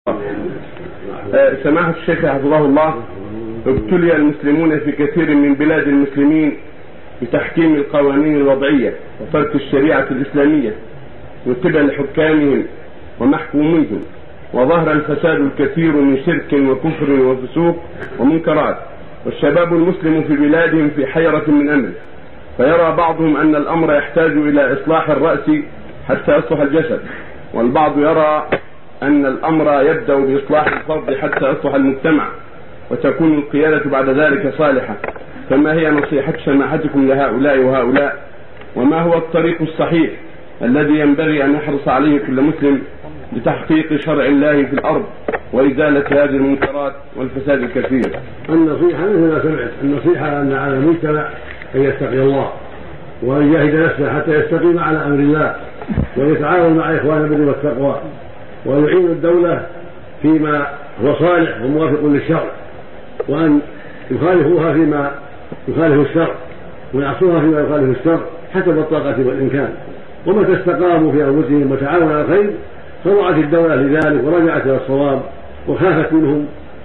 سماحة الشيخ حفظه الله، ابتلي المسلمون في كثير من بلاد المسلمين بتحكيم القوانين الوضعية وترك الشريعة الإسلامية من قبل حكامهم ومحكوميهم، وظهر الفساد الكثير من شرك وكفر وفسوق ومنكرات، والشباب المسلم في بلادهم في حيرة من أمر، فيرى بعضهم أن الأمر يحتاج إلى إصلاح الرأس حتى يصلح الجسد، والبعض يرى أن الأمر يبدأ بإصلاح الفرد حتى يصلح المجتمع وتكون القيادة بعد ذلك صالحة. فما هي نصيحة سماحتكم لهؤلاء وهؤلاء، وما هو الطريق الصحيح الذي ينبغي أن يحرص عليه كل مسلم لتحقيق شرع الله في الأرض وإزالة هذه المنكرات والفساد الكثير؟ النصيحة مثل ما سمعت، النصيحة أن على المجتمع أن يتقي الله وأن يجاهد نفسه حتى يستقيم على أمر الله، ويتعاون مع إخوانه بالبر والتقوى، ويعين الدولة فيما هو صالح وموافق للشرع، وأن يخالفوها فيما يخالف الشرع ويعصوها فيما يخالف الشرع حسب الطاقة والإمكان. ومتى استقاموا في أنفسهم وتعاونوا على الخير خضعت الدولة لذلك ورجعت إلى الصواب وخافت منهم.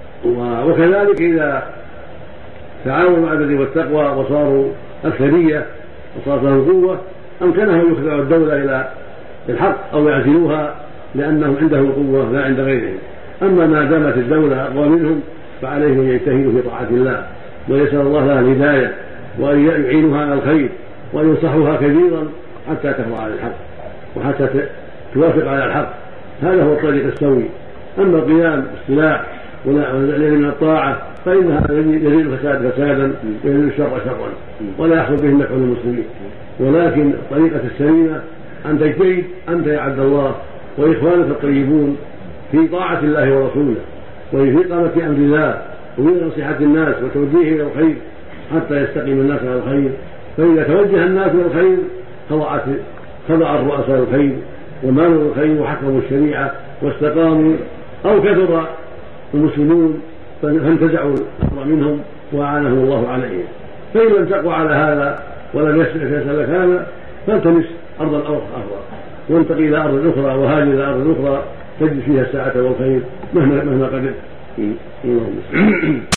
وكذلك إذا تعاونوا على البر والتقوى وصاروا أكثرية وصارت لهم قوة أمكنهم يخضعوا الدولة إلى الحق أو يعزلوها لأنهم عندهم قوة لا عند غيرهم. أما ما دامت الدولة أقوى منهم فعليهم أن يجتهدوا في طاعة الله ويسأل الله لها الهداية وأن يعينها على الخير وأن ينصحوها كثيرا حتى تخضع على الحق وحتى توافق على الحق. هذا هو الطريق السوي. أما القيام بالسلاح والذي من الطاعة فإنها يزيد الفساد فسادا ويزيد الشر شرا ولا يحصل به نفع للمسلمين. ولكن الطريقة السليمة أن تجتهد أنت يا عبد الله وإخوانك الطيبون في طاعة الله ورسوله وفي إقامة أمر الله وفي نصيحة الناس وتوجيههم إلى الخير حتى يستقيم الناس على الخير. فإذا توجه الناس إلى الخير خضع الرؤساء الخير ومالوا الخير وحكموا الشريعة واستقاموا، أو كثر المسلمون فانتزعوا الأمر منهم وأعانهم الله عليهم. فإن لم تقوى على هذا ولم يسلك هذا فالتمس أرضا أخرى وانتقل إلى أرض أخرى وهاجر إلى أرض أخرى تجد فيها الساعة والخير مهما قدرت.